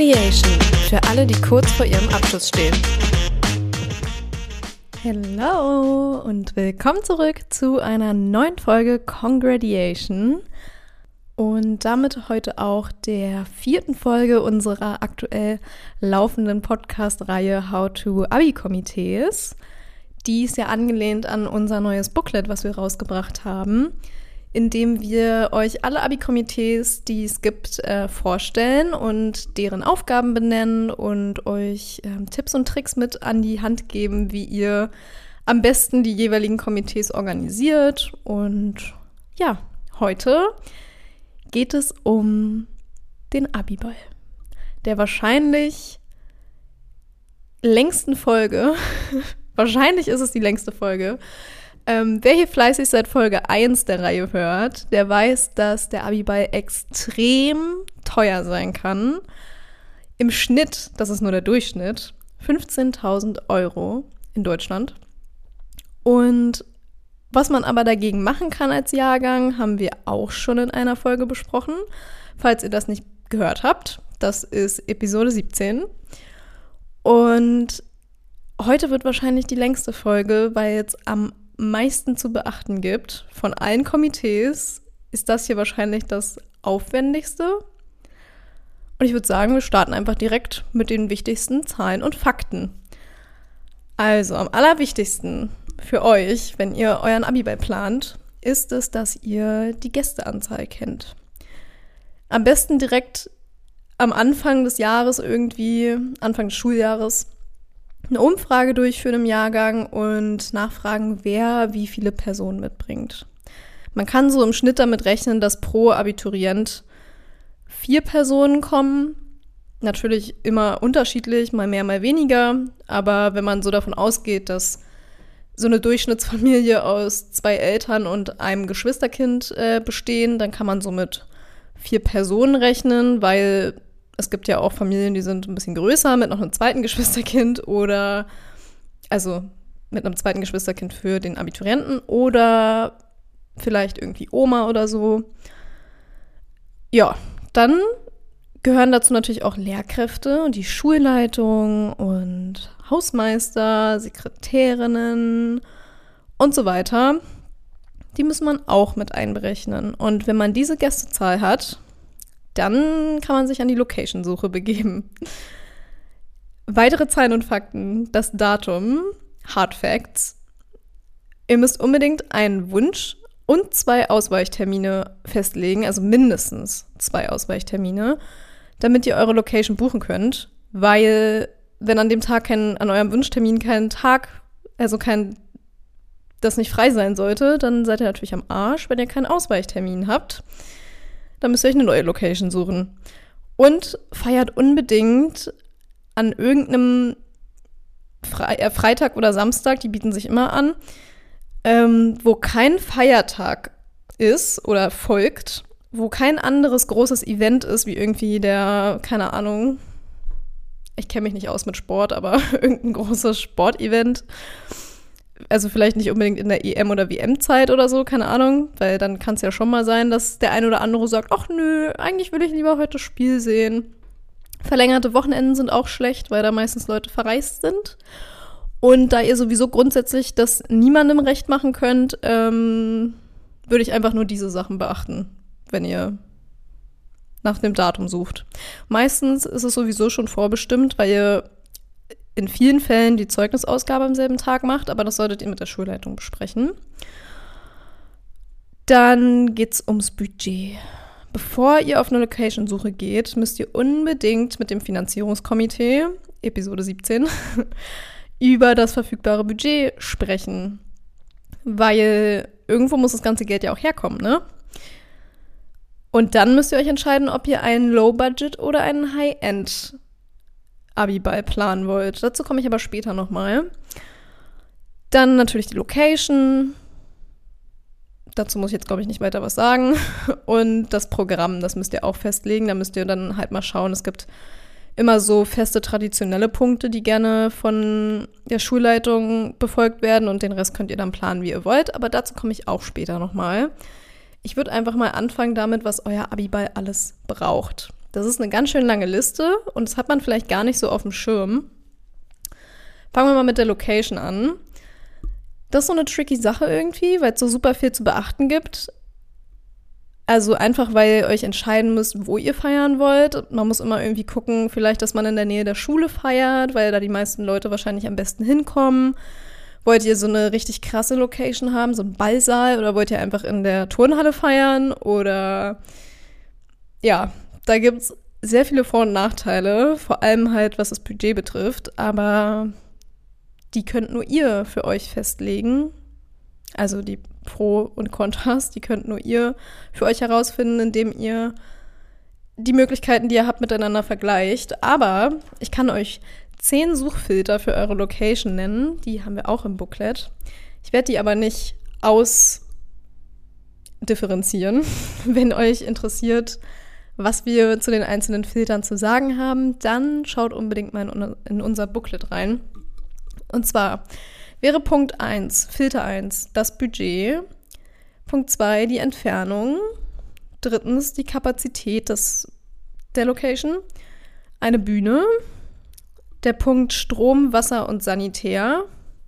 Congratulation für alle, die kurz vor ihrem Abschluss stehen. Hello und willkommen zurück zu einer neuen Folge Congratulation und damit heute auch der 4. Folge unserer aktuell laufenden Podcast-Reihe How to Abi-Komitees. Die ist ja angelehnt an unser neues Booklet, was wir rausgebracht haben, in dem wir euch alle Abi-Komitees, die es gibt, vorstellen und deren Aufgaben benennen und euch Tipps und Tricks mit an die Hand geben, wie ihr am besten die jeweiligen Komitees organisiert. Und ja, heute geht es um den Abi-Ball, der wahrscheinlich längsten Folge, wahrscheinlich ist es die längste Folge. Wer hier fleißig seit Folge 1 der Reihe hört, der weiß, dass der Abi-Ball extrem teuer sein kann. Im Schnitt, das ist nur der Durchschnitt, 15.000 Euro in Deutschland. Und was man aber dagegen machen kann als Jahrgang, haben wir auch schon in einer Folge besprochen. Falls ihr das nicht gehört habt, das ist Episode 17. Und heute wird wahrscheinlich die längste Folge, weil jetzt am meisten zu beachten gibt. Von allen Komitees ist das hier wahrscheinlich das aufwendigste. Und ich würde sagen, wir starten einfach direkt mit den wichtigsten Zahlen und Fakten. Also am allerwichtigsten für euch, wenn ihr euren Abi-Ball plant, ist es, dass ihr die Gästeanzahl kennt. Am besten direkt am Anfang des Jahres irgendwie, Anfang des Schuljahres, eine Umfrage durchführen im Jahrgang und nachfragen, wer wie viele Personen mitbringt. Man kann so im Schnitt damit rechnen, dass pro Abiturient 4 Personen kommen. Natürlich immer unterschiedlich, mal mehr, mal weniger. Aber wenn man so davon ausgeht, dass so eine Durchschnittsfamilie aus 2 Eltern und einem Geschwisterkind bestehen, dann kann man so mit 4 Personen rechnen, weil es gibt ja auch Familien, die sind ein bisschen größer mit noch einem zweiten Geschwisterkind oder, also mit einem zweiten Geschwisterkind für den Abiturienten oder vielleicht irgendwie Oma oder so. Ja, dann gehören dazu natürlich auch Lehrkräfte und die Schulleitung und Hausmeister, Sekretärinnen und so weiter. Die muss man auch mit einberechnen. Und wenn man diese Gästezahl hat, dann kann man sich an die Location-Suche begeben. Weitere Zahlen und Fakten, das Datum, Hard Facts. Ihr müsst unbedingt einen Wunsch und 2 Ausweichtermine festlegen, also mindestens 2 Ausweichtermine, damit ihr eure Location buchen könnt, weil wenn an dem Tag an eurem Wunschtermin das nicht frei sein sollte, dann seid ihr natürlich am Arsch, wenn ihr keinen Ausweichtermin habt. Dann müsst ihr euch eine neue Location suchen. Und feiert unbedingt an irgendeinem Freitag oder Samstag, die bieten sich immer an, wo kein Feiertag ist oder folgt, wo kein anderes großes Event ist, wie irgendwie keine Ahnung, ich kenne mich nicht aus mit Sport, aber irgendein großes Sportevent. Also vielleicht nicht unbedingt in der EM- oder WM-Zeit oder so, keine Ahnung, weil dann kann es ja schon mal sein, dass der eine oder andere sagt, ach nö, eigentlich will ich lieber heute Spiel sehen. Verlängerte Wochenenden sind auch schlecht, weil da meistens Leute verreist sind. Und da ihr sowieso grundsätzlich das niemandem recht machen könnt, würde ich einfach nur diese Sachen beachten, wenn ihr nach dem Datum sucht. Meistens ist es sowieso schon vorbestimmt, weil ihr in vielen Fällen die Zeugnisausgabe am selben Tag macht, aber das solltet ihr mit der Schulleitung besprechen. Dann geht's ums Budget. Bevor ihr auf eine Location-Suche geht, müsst ihr unbedingt mit dem Finanzierungskomitee, Episode 17, über das verfügbare Budget sprechen. Weil irgendwo muss das ganze Geld ja auch herkommen, ne? Und dann müsst ihr euch entscheiden, ob ihr einen Low-Budget oder einen High-End Abi-Ball planen wollt. Dazu komme ich aber später nochmal. Dann natürlich die Location. Dazu muss ich jetzt, glaube ich, nicht weiter was sagen. Und das Programm, das müsst ihr auch festlegen. Da müsst ihr dann halt mal schauen. Es gibt immer so feste traditionelle Punkte, die gerne von der Schulleitung befolgt werden. Und den Rest könnt ihr dann planen, wie ihr wollt. Aber dazu komme ich auch später nochmal. Ich würde einfach mal anfangen damit, was euer Abi-Ball alles braucht. Das ist eine ganz schön lange Liste und das hat man vielleicht gar nicht so auf dem Schirm. Fangen wir mal mit der Location an. Das ist so eine tricky Sache irgendwie, weil es so super viel zu beachten gibt. Also einfach, weil ihr euch entscheiden müsst, wo ihr feiern wollt. Man muss immer irgendwie gucken, vielleicht, dass man in der Nähe der Schule feiert, weil da die meisten Leute wahrscheinlich am besten hinkommen. Wollt ihr so eine richtig krasse Location haben, so einen Ballsaal, oder wollt ihr einfach in der Turnhalle feiern? Oder ja, da gibt es sehr viele Vor- und Nachteile, vor allem halt, was das Budget betrifft. Aber die könnt nur ihr für euch festlegen. Also die Pro und Kontras, die könnt nur ihr für euch herausfinden, indem ihr die Möglichkeiten, die ihr habt, miteinander vergleicht. Aber ich kann euch 10 Suchfilter für eure Location nennen. Die haben wir auch im Booklet. Ich werde die aber nicht ausdifferenzieren. Wenn euch interessiert, was wir zu den einzelnen Filtern zu sagen haben, dann schaut unbedingt mal in unser Booklet rein. Und zwar wäre Punkt 1, Filter 1, das Budget. Punkt 2, die Entfernung. 3, die Kapazität der Location. Eine Bühne. Der Punkt Strom, Wasser und Sanitär.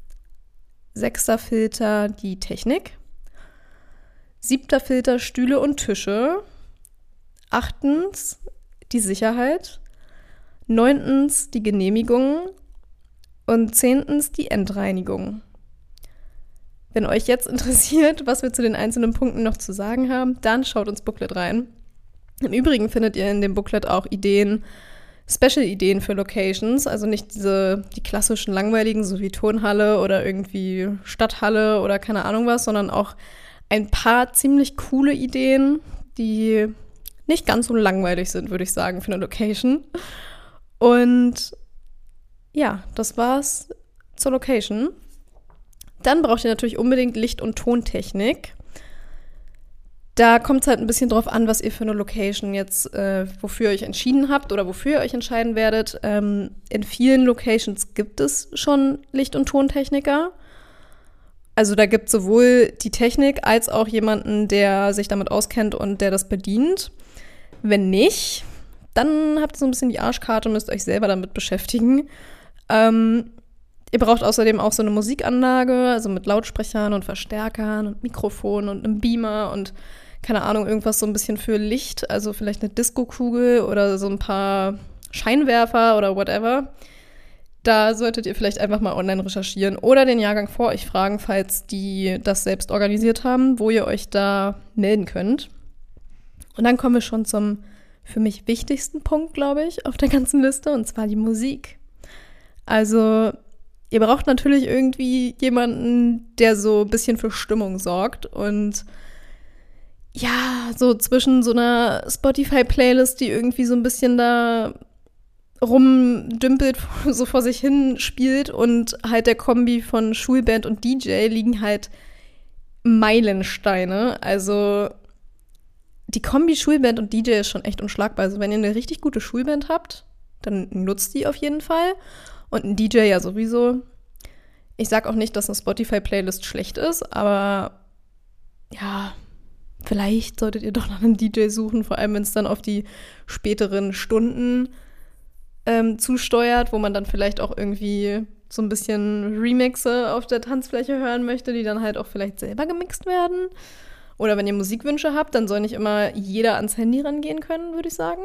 6. Filter, die Technik. 7. Filter, Stühle und Tische. 8. die Sicherheit. 9. die Genehmigung. Und 10. die Endreinigung. Wenn euch jetzt interessiert, was wir zu den einzelnen Punkten noch zu sagen haben, dann schaut ins Booklet rein. Im Übrigen findet ihr in dem Booklet auch Special-Ideen für Locations, also nicht die klassischen langweiligen, so wie Turnhalle oder irgendwie Stadthalle oder keine Ahnung was, sondern auch ein paar ziemlich coole Ideen, die nicht ganz so langweilig sind, würde ich sagen, für eine Location. Und ja, das war's zur Location. Dann braucht ihr natürlich unbedingt Licht- und Tontechnik. Da kommt es halt ein bisschen drauf an, was ihr für eine Location jetzt, wofür ihr euch entschieden habt oder wofür ihr euch entscheiden werdet. In vielen Locations gibt es schon Licht- und Tontechniker. Also da gibt es sowohl die Technik als auch jemanden, der sich damit auskennt und der das bedient. Wenn nicht, dann habt ihr so ein bisschen die Arschkarte und müsst euch selber damit beschäftigen. Ihr braucht außerdem auch so eine Musikanlage, also mit Lautsprechern und Verstärkern und Mikrofonen und einem Beamer und keine Ahnung, irgendwas so ein bisschen für Licht, also vielleicht eine Diskokugel oder so ein paar Scheinwerfer oder whatever. Da solltet ihr vielleicht einfach mal online recherchieren oder den Jahrgang vor euch fragen, falls die das selbst organisiert haben, wo ihr euch da melden könnt. Und dann kommen wir schon zum für mich wichtigsten Punkt, glaube ich, auf der ganzen Liste, und zwar die Musik. Also ihr braucht natürlich irgendwie jemanden, der so ein bisschen für Stimmung sorgt. Und ja, so zwischen so einer Spotify-Playlist, die irgendwie so ein bisschen da rumdümpelt, so vor sich hin spielt, und halt der Kombi von Schulband und DJ liegen halt Meilensteine. Also die Kombi Schulband und DJ ist schon echt unschlagbar. Also wenn ihr eine richtig gute Schulband habt, dann nutzt die auf jeden Fall. Und ein DJ ja sowieso. Ich sag auch nicht, dass eine Spotify-Playlist schlecht ist, aber ja, vielleicht solltet ihr doch nach einem DJ suchen, vor allem wenn es dann auf die späteren Stunden zusteuert, wo man dann vielleicht auch irgendwie so ein bisschen Remixe auf der Tanzfläche hören möchte, die dann halt auch vielleicht selber gemixt werden. Oder wenn ihr Musikwünsche habt, dann soll nicht immer jeder ans Handy rangehen können, würde ich sagen.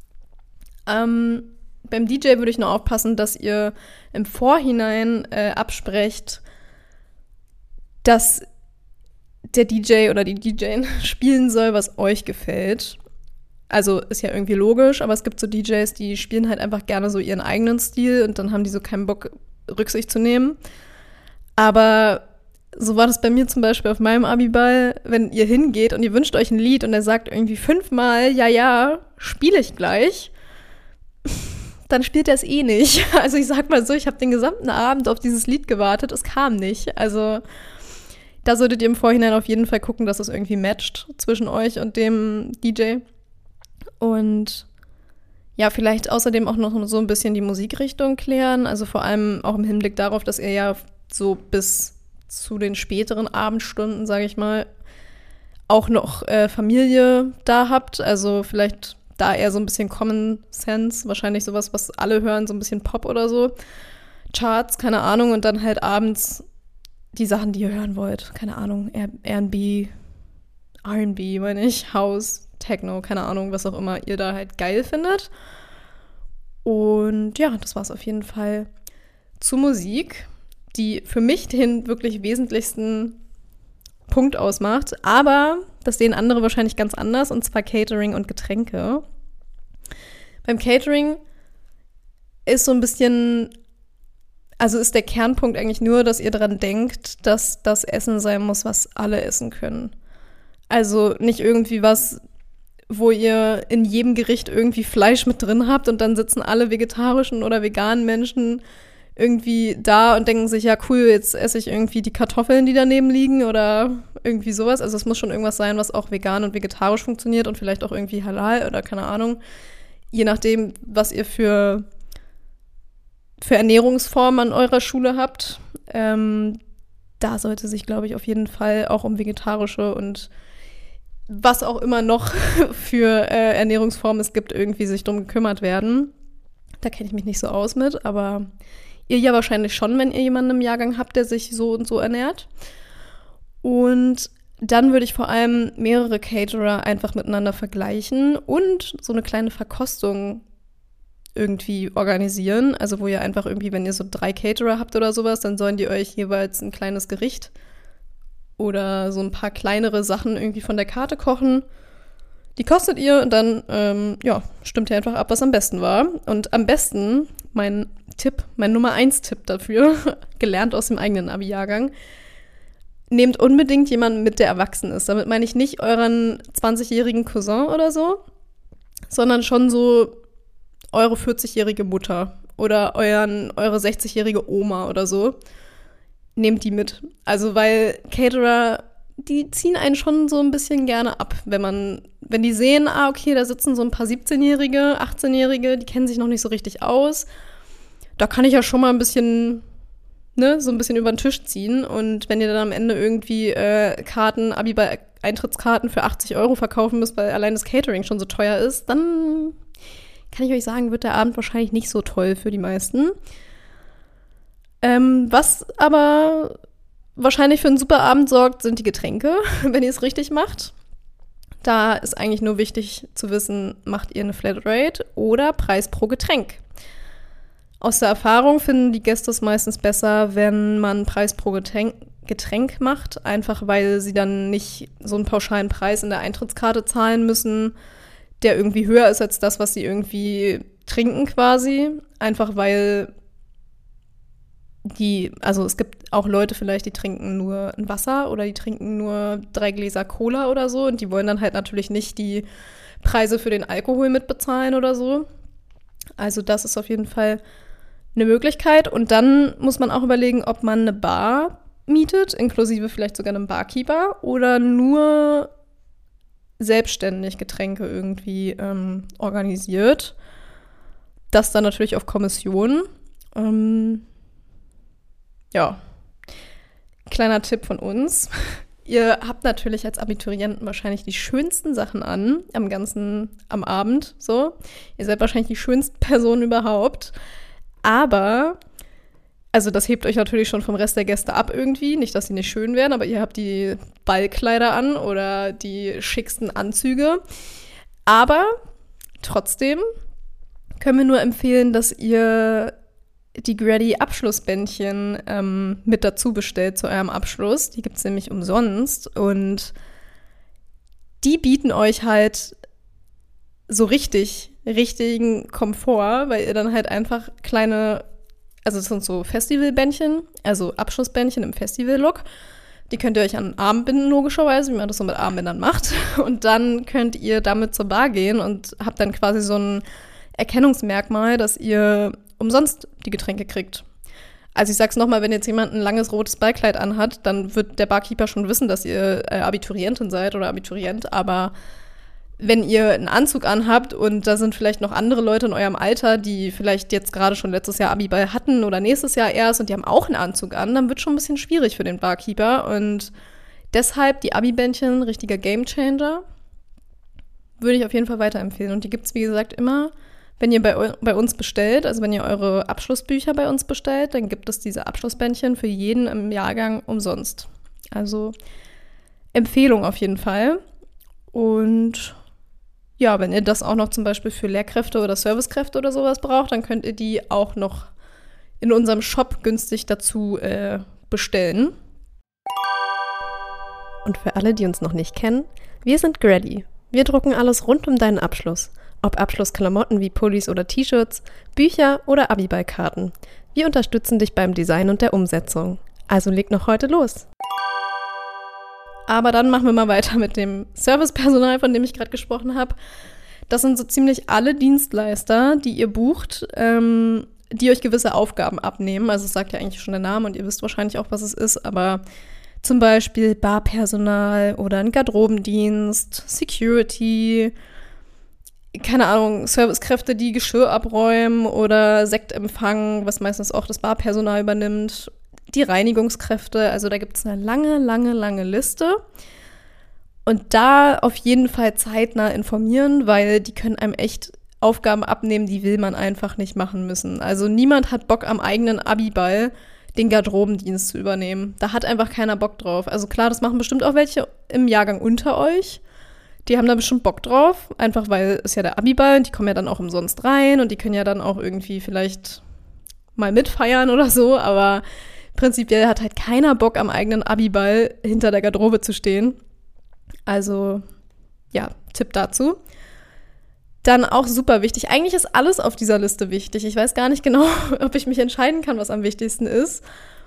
Beim DJ würde ich nur aufpassen, dass ihr im Vorhinein absprecht, dass der DJ oder die DJin spielen soll, was euch gefällt. Also ist ja irgendwie logisch, aber es gibt so DJs, die spielen halt einfach gerne so ihren eigenen Stil und dann haben die so keinen Bock, Rücksicht zu nehmen. Aber so war das bei mir zum Beispiel auf meinem Abiball, wenn ihr hingeht und ihr wünscht euch ein Lied und er sagt irgendwie 5-mal, ja, spiele ich gleich, dann spielt er es eh nicht. Also ich sag mal so, ich habe den gesamten Abend auf dieses Lied gewartet, es kam nicht. Also da solltet ihr im Vorhinein auf jeden Fall gucken, dass es irgendwie matcht zwischen euch und dem DJ. Und ja, vielleicht außerdem auch noch so ein bisschen die Musikrichtung klären. Also vor allem auch im Hinblick darauf, dass ihr ja so bis zu den späteren Abendstunden, sage ich mal, auch noch Familie da habt. Also vielleicht da eher so ein bisschen Common Sense, wahrscheinlich sowas, was alle hören, so ein bisschen Pop oder so. Charts, keine Ahnung, und dann halt abends die Sachen, die ihr hören wollt. Keine Ahnung, R&B, meine ich, House, Techno, keine Ahnung, was auch immer ihr da halt geil findet. Und ja, das war es auf jeden Fall zur Musik, die für mich den wirklich wesentlichsten Punkt ausmacht. Aber das sehen andere wahrscheinlich ganz anders, und zwar Catering und Getränke. Beim Catering ist so ein bisschen, also ist der Kernpunkt eigentlich nur, dass ihr daran denkt, dass das Essen sein muss, was alle essen können. Also nicht irgendwie was, wo ihr in jedem Gericht irgendwie Fleisch mit drin habt und dann sitzen alle vegetarischen oder veganen Menschen irgendwie da und denken sich, ja cool, jetzt esse ich irgendwie die Kartoffeln, die daneben liegen oder irgendwie sowas. Also es muss schon irgendwas sein, was auch vegan und vegetarisch funktioniert und vielleicht auch irgendwie halal oder keine Ahnung. Je nachdem, was ihr für Ernährungsformen an eurer Schule habt. Da sollte sich, glaube ich, auf jeden Fall auch um vegetarische und was auch immer noch für Ernährungsformen es gibt, irgendwie sich drum gekümmert werden. Da kenne ich mich nicht so aus mit, aber ihr ja wahrscheinlich schon, wenn ihr jemanden im Jahrgang habt, der sich so und so ernährt. Und dann würde ich vor allem mehrere Caterer einfach miteinander vergleichen und so eine kleine Verkostung irgendwie organisieren. Also wo ihr einfach irgendwie, wenn ihr so 3 Caterer habt oder sowas, dann sollen die euch jeweils ein kleines Gericht oder so ein paar kleinere Sachen irgendwie von der Karte kochen. Die kostet ihr und dann, stimmt ihr einfach ab, was am besten war. Und am besten, mein Nummer 1 Tipp dafür, gelernt aus dem eigenen Abi-Jahrgang, nehmt unbedingt jemanden mit, der erwachsen ist. Damit meine ich nicht euren 20-jährigen Cousin oder so, sondern schon so eure 40-jährige Mutter oder eure 60-jährige Oma oder so. Nehmt die mit. Also, weil Caterer, die ziehen einen schon so ein bisschen gerne ab, wenn die sehen, okay, da sitzen so ein paar 17-Jährige, 18-Jährige, die kennen sich noch nicht so richtig aus. Da kann ich ja schon mal ein bisschen, so ein bisschen über den Tisch ziehen. Und wenn ihr dann am Ende irgendwie Abi-Ball-Eintrittskarten für 80 € verkaufen müsst, weil allein das Catering schon so teuer ist, dann kann ich euch sagen, wird der Abend wahrscheinlich nicht so toll für die meisten. Was aber wahrscheinlich für einen super Abend sorgt, sind die Getränke, wenn ihr es richtig macht. Da ist eigentlich nur wichtig zu wissen, macht ihr eine Flatrate oder Preis pro Getränk. Aus der Erfahrung finden die Gäste es meistens besser, wenn man Preis pro Getränk macht, einfach weil sie dann nicht so einen pauschalen Preis in der Eintrittskarte zahlen müssen, der irgendwie höher ist als das, was sie irgendwie trinken quasi. Einfach weil es gibt auch Leute vielleicht, die trinken nur ein Wasser oder die trinken nur 3 Gläser Cola oder so und die wollen dann halt natürlich nicht die Preise für den Alkohol mitbezahlen oder so. Also das ist auf jeden Fall eine Möglichkeit. Und dann muss man auch überlegen, ob man eine Bar mietet, inklusive vielleicht sogar einem Barkeeper oder nur selbstständig Getränke irgendwie organisiert. Das dann natürlich auf Kommission. Kleiner Tipp von uns. Ihr habt natürlich als Abiturienten wahrscheinlich die schönsten Sachen an am Abend, so. Ihr seid wahrscheinlich die schönsten Personen überhaupt. Aber, also das hebt euch natürlich schon vom Rest der Gäste ab irgendwie. Nicht, dass sie nicht schön werden, aber ihr habt die Ballkleider an oder die schicksten Anzüge. Aber trotzdem können wir nur empfehlen, dass ihr die Grady-Abschlussbändchen mit dazu bestellt zu eurem Abschluss. Die gibt es nämlich umsonst. Und die bieten euch halt so richtigen Komfort, weil ihr dann halt einfach also das sind so Festivalbändchen, also Abschlussbändchen im Festival-Look. Die könnt ihr euch an den Arm binden, logischerweise, wie man das so mit Armbändern macht. Und dann könnt ihr damit zur Bar gehen und habt dann quasi so ein Erkennungsmerkmal, dass ihr umsonst die Getränke kriegt. Also ich sag's nochmal, wenn jetzt jemand ein langes rotes Ballkleid anhat, dann wird der Barkeeper schon wissen, dass ihr Abiturientin seid oder Abiturient, aber wenn ihr einen Anzug anhabt und da sind vielleicht noch andere Leute in eurem Alter, die vielleicht jetzt gerade schon letztes Jahr Abiball hatten oder nächstes Jahr erst und die haben auch einen Anzug an, dann wird schon ein bisschen schwierig für den Barkeeper und deshalb die Abi-Bändchen, richtiger Gamechanger. würde ich auf jeden Fall weiterempfehlen. Und die gibt es, wie gesagt, immer, wenn ihr bei uns bestellt, also wenn ihr eure Abschlussbücher bei uns bestellt, dann gibt es diese Abschlussbändchen für jeden im Jahrgang umsonst. Also Empfehlung auf jeden Fall. Und ja, wenn ihr das auch noch zum Beispiel für Lehrkräfte oder Servicekräfte oder sowas braucht, dann könnt ihr die auch noch in unserem Shop günstig dazu bestellen. Und für alle, die uns noch nicht kennen, wir sind Grady. Wir drucken alles rund um deinen Abschluss. Ob Abschlussklamotten wie Pullis oder T-Shirts, Bücher oder Abiballkarten. Wir unterstützen dich beim Design und der Umsetzung. Also leg noch heute los. Aber dann machen wir mal weiter mit dem Servicepersonal, von dem ich gerade gesprochen habe. Das sind so ziemlich alle Dienstleister, die ihr bucht, die euch gewisse Aufgaben abnehmen. Also es sagt ja eigentlich schon der Name und ihr wisst wahrscheinlich auch, was es ist. Aber zum Beispiel Barpersonal oder ein Garderobendienst, Security, keine Ahnung, Servicekräfte, die Geschirr abräumen oder Sektempfang, was meistens auch das Barpersonal übernimmt. Die Reinigungskräfte, also da gibt es eine lange Liste. Und da auf jeden Fall zeitnah informieren, weil die können einem echt Aufgaben abnehmen, die will man einfach nicht machen müssen. Also niemand hat Bock am eigenen Abiball den Garderobendienst zu übernehmen. Da hat einfach keiner Bock drauf. Also klar, das machen bestimmt auch welche im Jahrgang unter euch. Die haben da bestimmt Bock drauf, einfach weil es ja der Abiball und die kommen ja dann auch umsonst rein und die können ja dann auch irgendwie vielleicht mal mitfeiern oder so, aber prinzipiell hat halt keiner Bock, am eigenen Abiball hinter der Garderobe zu stehen. Also, ja, Tipp dazu. Dann auch super wichtig. Eigentlich ist alles auf dieser Liste wichtig. Ich weiß gar nicht genau, ob ich mich entscheiden kann, was am wichtigsten ist.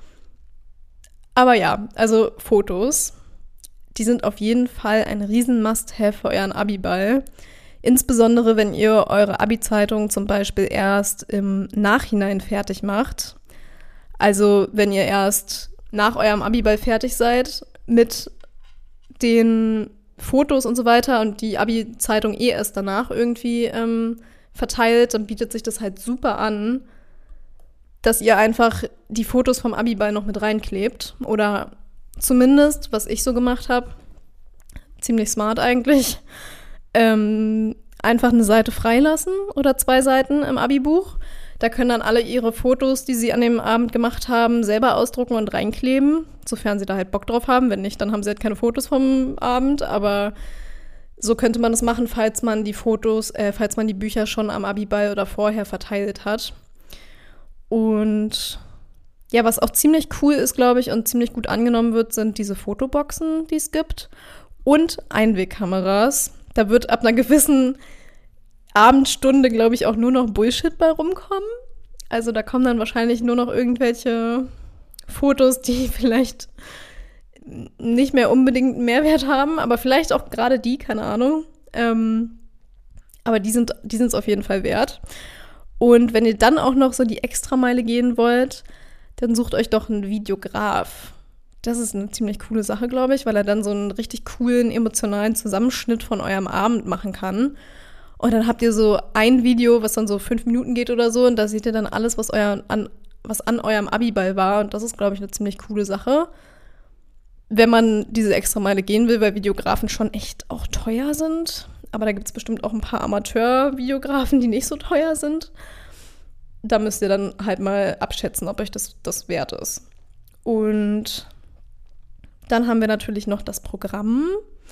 Aber ja, also Fotos. Die sind auf jeden Fall ein riesen Must-have für euren Abiball. Insbesondere, wenn ihr eure Abi-Zeitung zum Beispiel erst im Nachhinein fertig macht. Also wenn ihr erst nach eurem Abiball fertig seid mit den Fotos und so weiter und die Abi-Zeitung erst danach irgendwie verteilt, dann bietet sich das halt super an, dass ihr einfach die Fotos vom Abiball noch mit reinklebt. Oder zumindest, was ich so gemacht habe, ziemlich smart eigentlich, einfach eine Seite freilassen oder 2 Seiten im Abi-Buch. Da können dann alle ihre Fotos, die sie an dem Abend gemacht haben, selber ausdrucken und reinkleben, sofern sie da halt Bock drauf haben. Wenn nicht, dann haben sie halt keine Fotos vom Abend, aber so könnte man es machen, falls man die Bücher schon am Abiball oder vorher verteilt hat. Und ja, was auch ziemlich cool ist, glaube ich, und ziemlich gut angenommen wird, sind diese Fotoboxen, die es gibt. Und Einwegkameras. Da wird ab einer gewissen Abendstunde, glaube ich, auch nur noch Bullshit bei rumkommen. Also da kommen dann wahrscheinlich nur noch irgendwelche Fotos, die vielleicht nicht mehr unbedingt einen Mehrwert haben, aber vielleicht auch gerade die, keine Ahnung. Aber die sind es auf jeden Fall wert. Und wenn ihr dann auch noch so die Extrameile gehen wollt, dann sucht euch doch einen Videograf. Das ist eine ziemlich coole Sache, glaube ich, weil er dann so einen richtig coolen, emotionalen Zusammenschnitt von eurem Abend machen kann. Und dann habt ihr so ein Video, was dann so 5 Minuten geht oder so, und da seht ihr dann alles, was an eurem Abiball war. Und das ist, glaube ich, eine ziemlich coole Sache, wenn man diese Extrameile gehen will, weil Videografen schon echt auch teuer sind. Aber da gibt es bestimmt auch ein paar Amateur-Videografen, die nicht so teuer sind. Da müsst ihr dann halt mal abschätzen, ob euch das wert ist. Und dann haben wir natürlich noch das Programm.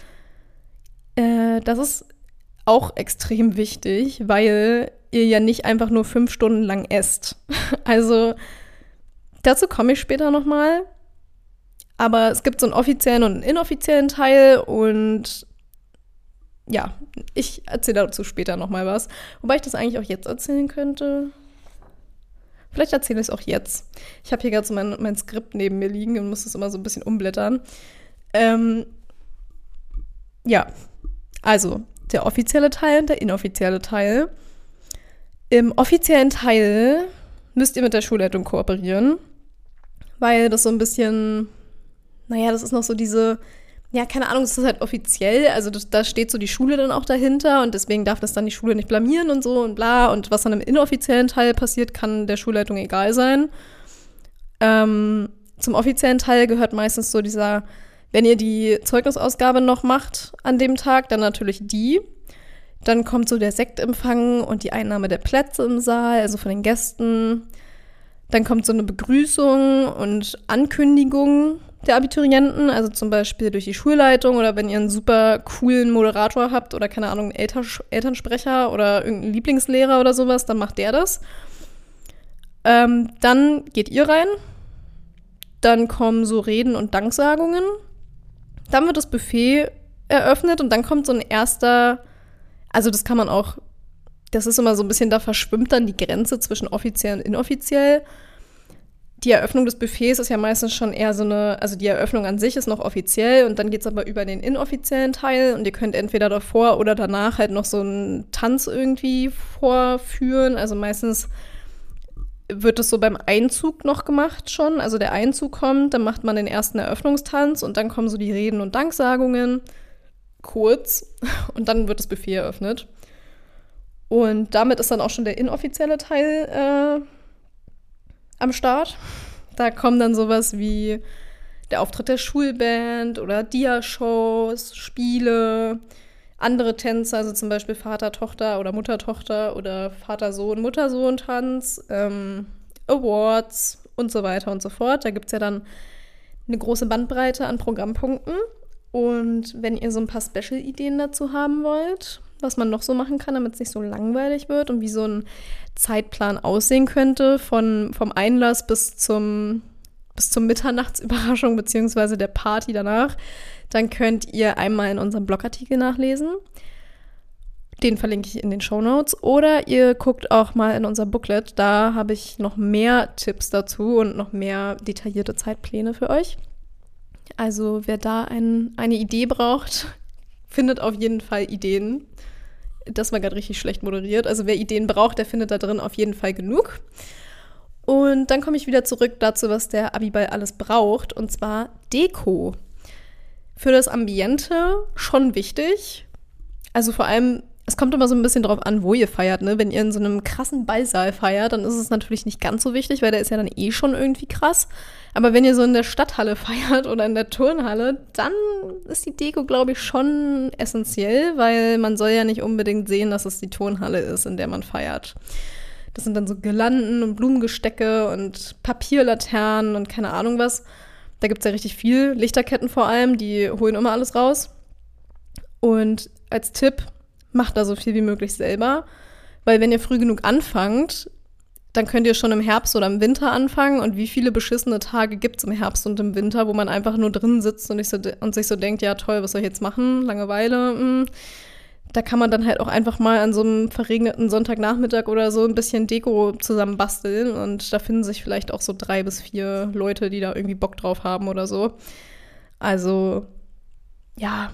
Das ist auch extrem wichtig, weil ihr ja nicht einfach nur 5 Stunden lang esst. Also dazu komme ich später nochmal. Aber es gibt so einen offiziellen und einen inoffiziellen Teil und ja, ich erzähle dazu später nochmal was. Wobei ich das eigentlich auch jetzt erzählen könnte. Vielleicht erzähle ich es auch jetzt. Ich habe hier gerade so mein Skript neben mir liegen und muss das immer so ein bisschen umblättern. Ja, also der offizielle Teil und der inoffizielle Teil. Im offiziellen Teil müsst ihr mit der Schulleitung kooperieren, weil das so ein bisschen, das ist noch so diese, keine Ahnung, das ist halt offiziell, also da steht so die Schule dann auch dahinter und deswegen darf das dann die Schule nicht blamieren und so und bla. Und was dann im inoffiziellen Teil passiert, kann der Schulleitung egal sein. Zum offiziellen Teil gehört meistens so dieser, wenn ihr die Zeugnisausgabe noch macht an dem Tag, dann natürlich die. Dann kommt so der Sektempfang und die Einnahme der Plätze im Saal, also von den Gästen. Dann kommt so eine Begrüßung und Ankündigung der Abiturienten, also zum Beispiel durch die Schulleitung oder wenn ihr einen super coolen Moderator habt oder keine Ahnung, einen Elternsprecher oder irgendeinen Lieblingslehrer oder sowas, dann macht der das. Dann geht ihr rein. Dann kommen so Reden und Danksagungen. Dann wird das Buffet eröffnet und dann kommt so ein erster, also das kann man auch, das ist immer so ein bisschen, da verschwimmt dann die Grenze zwischen offiziell und inoffiziell. Die Eröffnung des Buffets ist ja meistens schon eher so eine, also die Eröffnung an sich ist noch offiziell und dann geht es aber über den inoffiziellen Teil und ihr könnt entweder davor oder danach halt noch so einen Tanz irgendwie vorführen. Also meistens wird es so beim Einzug noch gemacht schon. Also der Einzug kommt, dann macht man den ersten Eröffnungstanz und dann kommen so die Reden und Danksagungen kurz und dann wird das Buffet eröffnet. Und damit ist dann auch schon der inoffizielle Teil am Start. Da kommen dann sowas wie der Auftritt der Schulband oder Dia-Shows, Spiele, andere Tänze, also zum Beispiel Vater-Tochter oder Mutter-Tochter oder Vater-Sohn, Mutter-Sohn-Tanz, Awards und so weiter und so fort. Da gibt es ja dann eine große Bandbreite an Programmpunkten. Und wenn ihr so ein paar Special-Ideen dazu haben wollt, was man noch so machen kann, damit es nicht so langweilig wird und wie so ein Zeitplan aussehen könnte, vom Einlass bis zum Mitternachtsüberraschung beziehungsweise der Party danach, dann könnt ihr einmal in unserem Blogartikel nachlesen. Den verlinke ich in den Shownotes. Oder ihr guckt auch mal in unser Booklet. Da habe ich noch mehr Tipps dazu und noch mehr detaillierte Zeitpläne für euch. Also wer da eine Idee braucht, findet auf jeden Fall Ideen. Das war gerade richtig schlecht moderiert. Also wer Ideen braucht, der findet da drin auf jeden Fall genug. Und dann komme ich wieder zurück dazu, was der Abiball alles braucht. Und zwar Deko. Für das Ambiente schon wichtig. Also vor allem, es kommt immer so ein bisschen drauf an, wo ihr feiert, ne? Wenn ihr in so einem krassen Ballsaal feiert, dann ist es natürlich nicht ganz so wichtig, weil der ist ja dann eh schon irgendwie krass. Aber wenn ihr so in der Stadthalle feiert oder in der Turnhalle, dann ist die Deko, glaube ich, schon essentiell, weil man soll ja nicht unbedingt sehen, dass es die Turnhalle ist, in der man feiert. Das sind dann so Girlanden und Blumengestecke und Papierlaternen und keine Ahnung was. Da gibt es ja richtig viel, Lichterketten vor allem, die holen immer alles raus. Und als Tipp, macht da so viel wie möglich selber, weil wenn ihr früh genug anfangt, dann könnt ihr schon im Herbst oder im Winter anfangen und wie viele beschissene Tage gibt es im Herbst und im Winter, wo man einfach nur drin sitzt und sich so denkt, ja toll, was soll ich jetzt machen, Langeweile, Da kann man dann halt auch einfach mal an so einem verregneten Sonntagnachmittag oder so ein bisschen Deko zusammen basteln und da finden sich vielleicht auch so 3 bis 4 Leute, die da irgendwie Bock drauf haben oder so. Also, ja,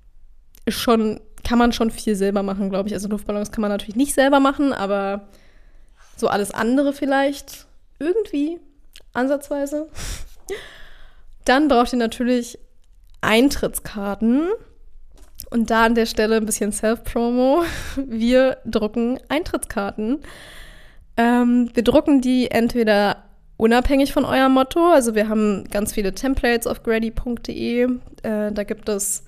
kann man schon viel selber machen, glaube ich. Also Luftballons kann man natürlich nicht selber machen, aber so alles andere vielleicht irgendwie ansatzweise. Dann braucht ihr natürlich Eintrittskarten. Und da an der Stelle ein bisschen Self-Promo. Wir drucken Eintrittskarten. Wir drucken die entweder unabhängig von eurem Motto. Also wir haben ganz viele Templates auf grady.de. Da gibt es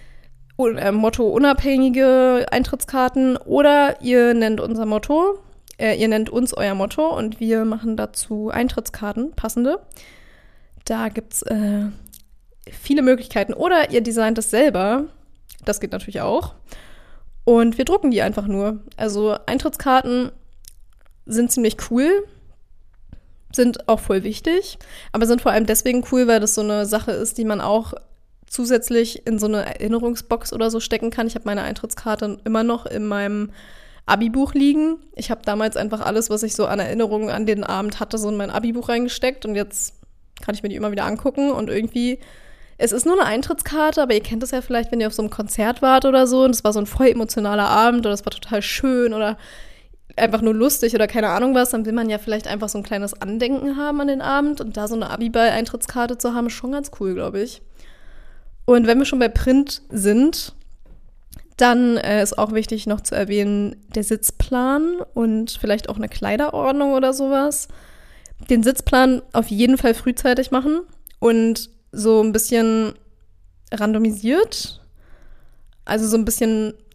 Motto-unabhängige Eintrittskarten. Oder ihr nennt unser Motto. Ihr nennt uns euer Motto und wir machen dazu Eintrittskarten, passende. Da gibt es viele Möglichkeiten. Oder ihr designt es selber. Das geht natürlich auch. Und wir drucken die einfach nur. Also Eintrittskarten sind ziemlich cool, sind auch voll wichtig, aber sind vor allem deswegen cool, weil das so eine Sache ist, die man auch zusätzlich in so eine Erinnerungsbox oder so stecken kann. Ich habe meine Eintrittskarte immer noch in meinem Abi-Buch liegen. Ich habe damals einfach alles, was ich so an Erinnerungen an den Abend hatte, so in mein Abi-Buch reingesteckt und jetzt kann ich mir die immer wieder angucken und irgendwie, es ist nur eine Eintrittskarte, aber ihr kennt das ja vielleicht, wenn ihr auf so einem Konzert wart oder so und es war so ein voll emotionaler Abend oder es war total schön oder einfach nur lustig oder keine Ahnung was, dann will man ja vielleicht einfach so ein kleines Andenken haben an den Abend und da so eine Abiball-Eintrittskarte zu haben, ist schon ganz cool, glaube ich. Und wenn wir schon bei Print sind, dann ist auch wichtig noch zu erwähnen, der Sitzplan und vielleicht auch eine Kleiderordnung oder sowas. Den Sitzplan auf jeden Fall frühzeitig machen und so ein bisschen randomisiert. Also so ein bisschen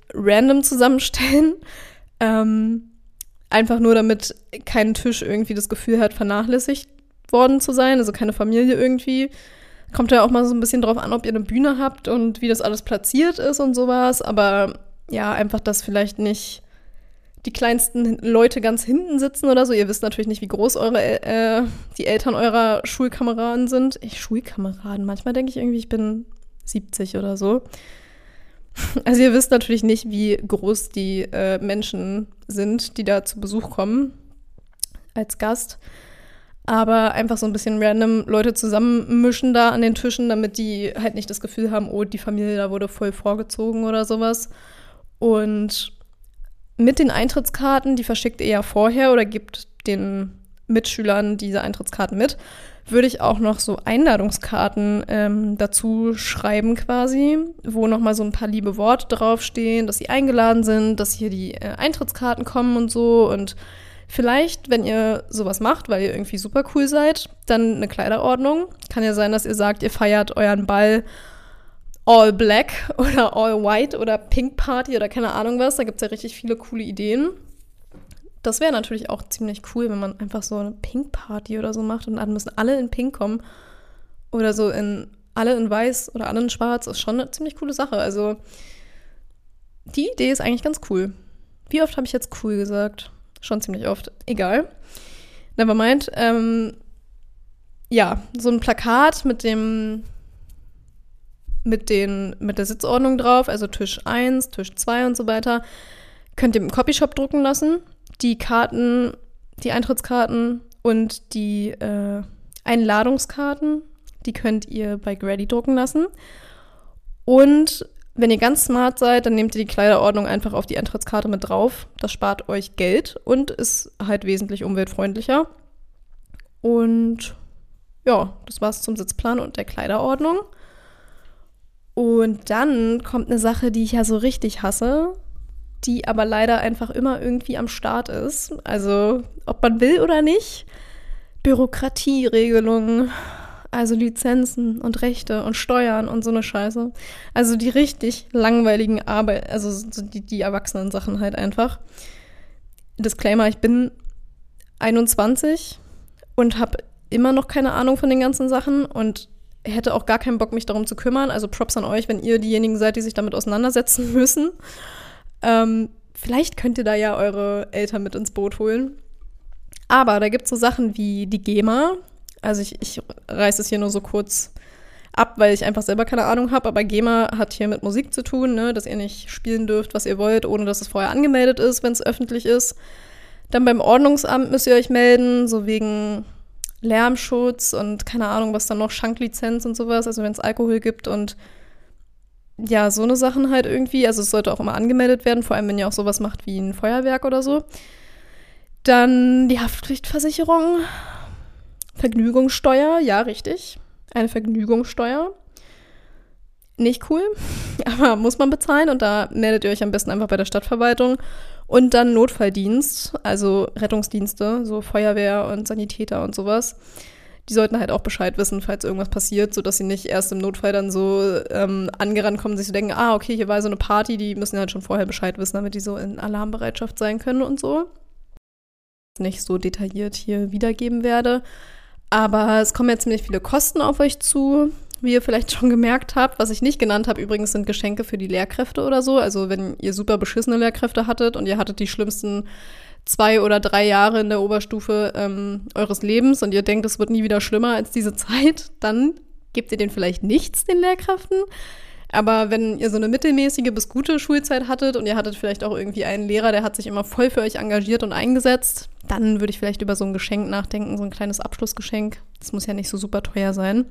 random zusammenstellen. Einfach nur, damit kein Tisch irgendwie das Gefühl hat, vernachlässigt worden zu sein, also keine Familie irgendwie. Kommt ja auch mal so ein bisschen drauf an, ob ihr eine Bühne habt und wie das alles platziert ist und sowas. Aber ja, einfach, dass vielleicht nicht die kleinsten Leute ganz hinten sitzen oder so. Ihr wisst natürlich nicht, wie groß die Eltern eurer Schulkameraden sind. Schulkameraden, manchmal denke ich irgendwie, ich bin 70 oder so. Also ihr wisst natürlich nicht, wie groß die Menschen sind, die da zu Besuch kommen als Gast. Aber einfach so ein bisschen random Leute zusammenmischen da an den Tischen, damit die halt nicht das Gefühl haben, oh, die Familie da wurde voll vorgezogen oder sowas. Und mit den Eintrittskarten, die verschickt ihr ja vorher oder gebt den Mitschülern diese Eintrittskarten mit, würde ich auch noch so Einladungskarten dazu schreiben quasi, wo nochmal so ein paar liebe Worte draufstehen, dass sie eingeladen sind, dass hier die Eintrittskarten kommen und so. Und vielleicht, wenn ihr sowas macht, weil ihr irgendwie super cool seid, dann eine Kleiderordnung. Kann ja sein, dass ihr sagt, ihr feiert euren Ball all black oder all white oder pink Party oder keine Ahnung was. Da gibt es ja richtig viele coole Ideen. Das wäre natürlich auch ziemlich cool, wenn man einfach so eine Pink Party oder so macht und dann müssen alle in Pink kommen. Oder so alle in Weiß oder alle in Schwarz. Ist schon eine ziemlich coole Sache. Also die Idee ist eigentlich ganz cool. Wie oft habe ich jetzt cool gesagt? Schon ziemlich oft. Egal. Nevermind. Ja, so ein Plakat mit der Sitzordnung drauf, also Tisch 1, Tisch 2 und so weiter, könnt ihr im Copyshop drucken lassen. Die Karten, die Eintrittskarten und die Einladungskarten, die könnt ihr bei Grady drucken lassen. Und wenn ihr ganz smart seid, dann nehmt ihr die Kleiderordnung einfach auf die Eintrittskarte mit drauf. Das spart euch Geld und ist halt wesentlich umweltfreundlicher. Und ja, das war's zum Sitzplan und der Kleiderordnung. Und dann kommt eine Sache, die ich ja so richtig hasse, die aber leider einfach immer irgendwie am Start ist. Also, ob man will oder nicht, Bürokratieregelungen, also Lizenzen und Rechte und Steuern und so eine Scheiße. Also die richtig langweiligen Arbeit, also so die Erwachsenen-Sachen halt einfach. Disclaimer, ich bin 21 und habe immer noch keine Ahnung von den ganzen Sachen und hätte auch gar keinen Bock, mich darum zu kümmern. Also Props an euch, wenn ihr diejenigen seid, die sich damit auseinandersetzen müssen. Vielleicht könnt ihr da ja eure Eltern mit ins Boot holen. Aber da gibt es so Sachen wie die GEMA. Also ich reiße es hier nur so kurz ab, weil ich einfach selber keine Ahnung habe. Aber GEMA hat hier mit Musik zu tun, ne? Dass ihr nicht spielen dürft, was ihr wollt, ohne dass es vorher angemeldet ist, wenn es öffentlich ist. Dann beim Ordnungsamt müsst ihr euch melden, so wegen Lärmschutz und keine Ahnung, was dann noch, Schanklizenz und sowas, also wenn es Alkohol gibt und ja, so eine Sachen halt irgendwie. Also es sollte auch immer angemeldet werden, vor allem wenn ihr auch sowas macht wie ein Feuerwerk oder so. Dann die Haftpflichtversicherung, Vergnügungssteuer, ja, richtig, eine Vergnügungssteuer. Nicht cool, aber muss man bezahlen und da meldet ihr euch am besten einfach bei der Stadtverwaltung. Und dann Notfalldienst, also Rettungsdienste, so Feuerwehr und Sanitäter und sowas. Die sollten halt auch Bescheid wissen, falls irgendwas passiert, sodass sie nicht erst im Notfall dann so angerannt kommen und sich so denken, okay, hier war so eine Party, die müssen halt schon vorher Bescheid wissen, damit die so in Alarmbereitschaft sein können und so. Nicht so detailliert hier wiedergeben werde. Aber es kommen ja ziemlich viele Kosten auf euch zu, wie ihr vielleicht schon gemerkt habt. Was ich nicht genannt habe übrigens, sind Geschenke für die Lehrkräfte oder so. Also wenn ihr super beschissene Lehrkräfte hattet und ihr hattet die schlimmsten 2 oder 3 Jahre in der Oberstufe eures Lebens und ihr denkt, es wird nie wieder schlimmer als diese Zeit, dann gebt ihr denen vielleicht nichts, den Lehrkräften. Aber wenn ihr so eine mittelmäßige bis gute Schulzeit hattet und ihr hattet vielleicht auch irgendwie einen Lehrer, der hat sich immer voll für euch engagiert und eingesetzt, dann würde ich vielleicht über so ein Geschenk nachdenken, so ein kleines Abschlussgeschenk. Das muss ja nicht so super teuer sein.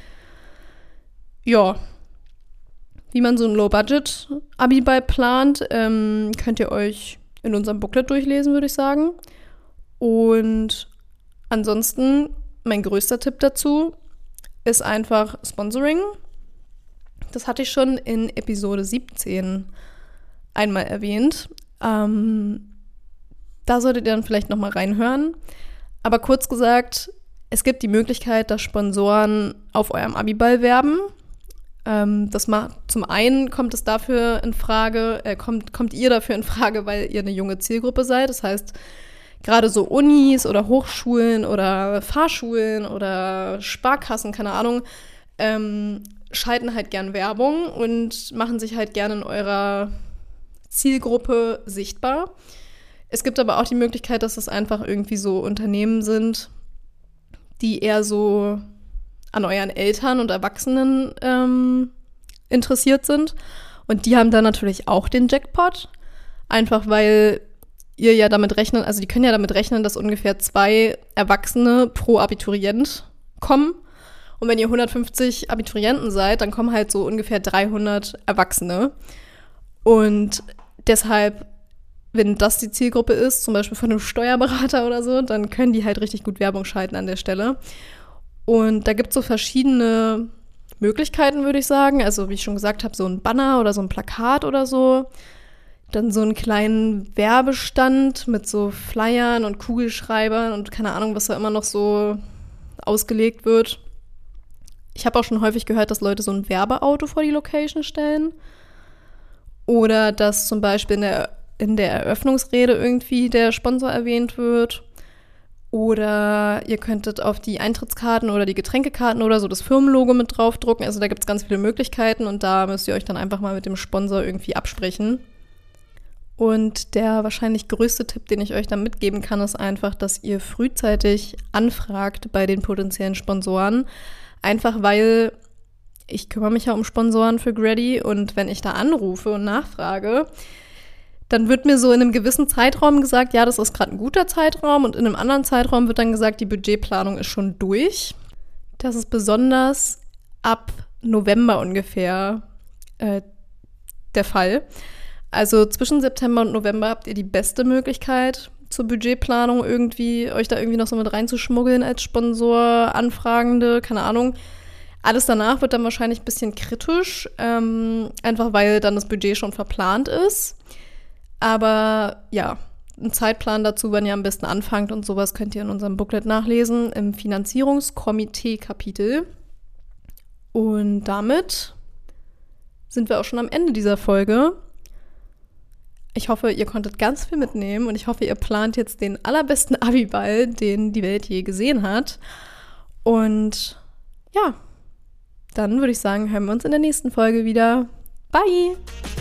Ja, wie man so ein Low-Budget-Abi-Ball plant, könnt ihr euch in unserem Booklet durchlesen, würde ich sagen. Und ansonsten, mein größter Tipp dazu ist einfach Sponsoring. Das hatte ich schon in Episode 17 einmal erwähnt. Da solltet ihr dann vielleicht nochmal reinhören. Aber kurz gesagt, es gibt die Möglichkeit, dass Sponsoren auf eurem Abiball werben. Zum einen kommt es dafür in Frage, kommt ihr dafür in Frage, weil ihr eine junge Zielgruppe seid. Das heißt, gerade so Unis oder Hochschulen oder Fahrschulen oder Sparkassen, keine Ahnung, schalten halt gern Werbung und machen sich halt gerne in eurer Zielgruppe sichtbar. Es gibt aber auch die Möglichkeit, dass es einfach irgendwie so Unternehmen sind, die eher so an euren Eltern und Erwachsenen interessiert sind. Und die haben dann natürlich auch den Jackpot. Einfach weil ihr ja damit rechnen, also die können ja damit rechnen, dass ungefähr 2 Erwachsene pro Abiturient kommen. Und wenn ihr 150 Abiturienten seid, dann kommen halt so ungefähr 300 Erwachsene. Und deshalb, wenn das die Zielgruppe ist, zum Beispiel von einem Steuerberater oder so, dann können die halt richtig gut Werbung schalten an der Stelle. Und da gibt es so verschiedene Möglichkeiten, würde ich sagen. Also wie ich schon gesagt habe, so ein Banner oder so ein Plakat oder so. Dann so einen kleinen Werbestand mit so Flyern und Kugelschreibern und keine Ahnung, was da immer noch so ausgelegt wird. Ich habe auch schon häufig gehört, dass Leute so ein Werbeauto vor die Location stellen. Oder dass zum Beispiel in der Eröffnungsrede irgendwie der Sponsor erwähnt wird. Oder ihr könntet auf die Eintrittskarten oder die Getränkekarten oder so das Firmenlogo mit draufdrucken. Also da gibt es ganz viele Möglichkeiten und da müsst ihr euch dann einfach mal mit dem Sponsor irgendwie absprechen. Und der wahrscheinlich größte Tipp, den ich euch da mitgeben kann, ist einfach, dass ihr frühzeitig anfragt bei den potenziellen Sponsoren. Einfach weil ich kümmere mich ja um Sponsoren für Grady und wenn ich da anrufe und nachfrage, dann wird mir so in einem gewissen Zeitraum gesagt, ja, das ist gerade ein guter Zeitraum und in einem anderen Zeitraum wird dann gesagt, die Budgetplanung ist schon durch. Das ist besonders ab November ungefähr der Fall. Also zwischen September und November habt ihr die beste Möglichkeit zur Budgetplanung irgendwie, euch da irgendwie noch so mit reinzuschmuggeln als Sponsor, Anfragende, keine Ahnung. Alles danach wird dann wahrscheinlich ein bisschen kritisch, einfach weil dann das Budget schon verplant ist. Aber ja, einen Zeitplan dazu, wann ihr am besten anfangt und sowas könnt ihr in unserem Booklet nachlesen, im Finanzierungskomitee-Kapitel. Und damit sind wir auch schon am Ende dieser Folge. Ich hoffe, ihr konntet ganz viel mitnehmen und ich hoffe, ihr plant jetzt den allerbesten Abiball, den die Welt je gesehen hat. Und ja, dann würde ich sagen, hören wir uns in der nächsten Folge wieder. Bye!